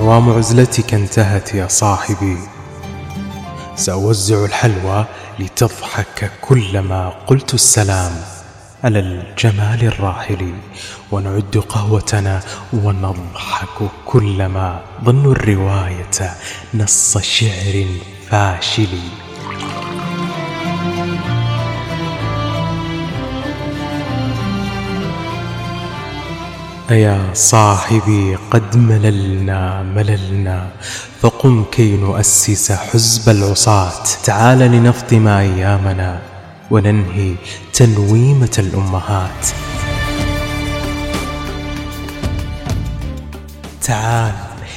أعوام عزلتك انتهت يا صاحبي، سأوزع الحلوى لتضحك كلما قلت السلام على الجمال الراحل، ونعد قهوتنا ونضحك كلما ظنوا الرواية نص شعر فاشل. أيا صاحبي قد مللنا فقم كي نؤسس حزب العصاة، تعال لنفطم أيامنا وننهي تنويمة الأمهات. تعال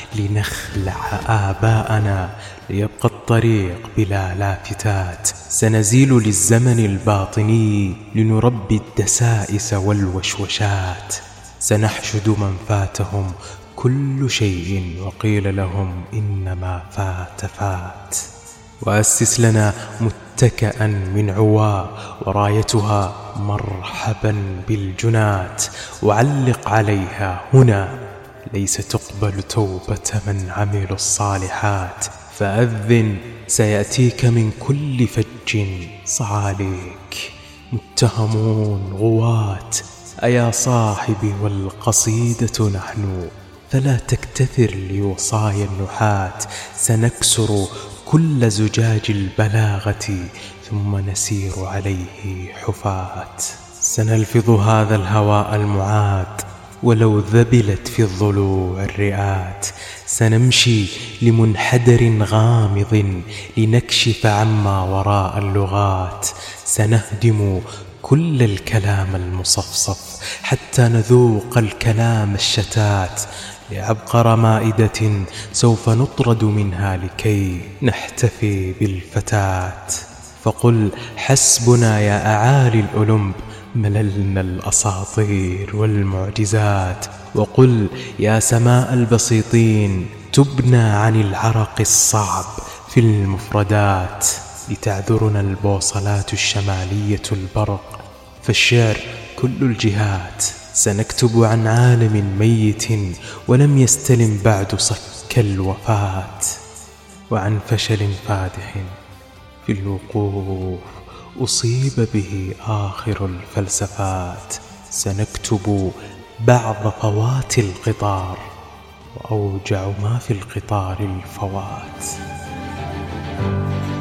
لنخلع آباءنا ليبقى الطريق بلا لافتات، سنزيل للزمن الباطني لنربي الدسائس والوشوشات، سنحشد من فاتهم كل شيء وقيل لهم إنما فات فات، وأسس لنا متكئا من عواء ورايتها مرحبا بالجنات، وعلق عليها هنا ليس تقبل توبة من عملوا الصالحات، فأذن سيأتيك من كل فج صعاليك متهمون غوات. أيا صاحبي والقصيدة نحن فلا تكتثر لوصايا النحات، سنكسر كل زجاج البلاغة ثم نسير عليه حفاة، سنلفظ هذا الهواء المعاد ولو ذبلت في الضلوع الرئات، سنمشي لمنحدر غامض لنكشف عما وراء اللغات، سنهدم كل الكلام المصفصف حتى نذوق الكلام الشتات، لعبقر مائدة سوف نطرد منها لكي نحتفي بالفتاة. فقل حسبنا يا أعالي الأولمب، مللنا الأساطير والمعجزات، وقل يا سماء البسيطين تبنى عن العرق الصعب في المفردات، لتعذرنا البوصلات الشمالية البرق، فالشعر كل الجهات، سنكتب عن عالم ميت ولم يستلم بعد صك الوفاة، وعن فشل فادح في الوقوف أصيب به آخر الفلسفات، سنكتب بعض فوات القطار وأوجع ما في القطار الفوات.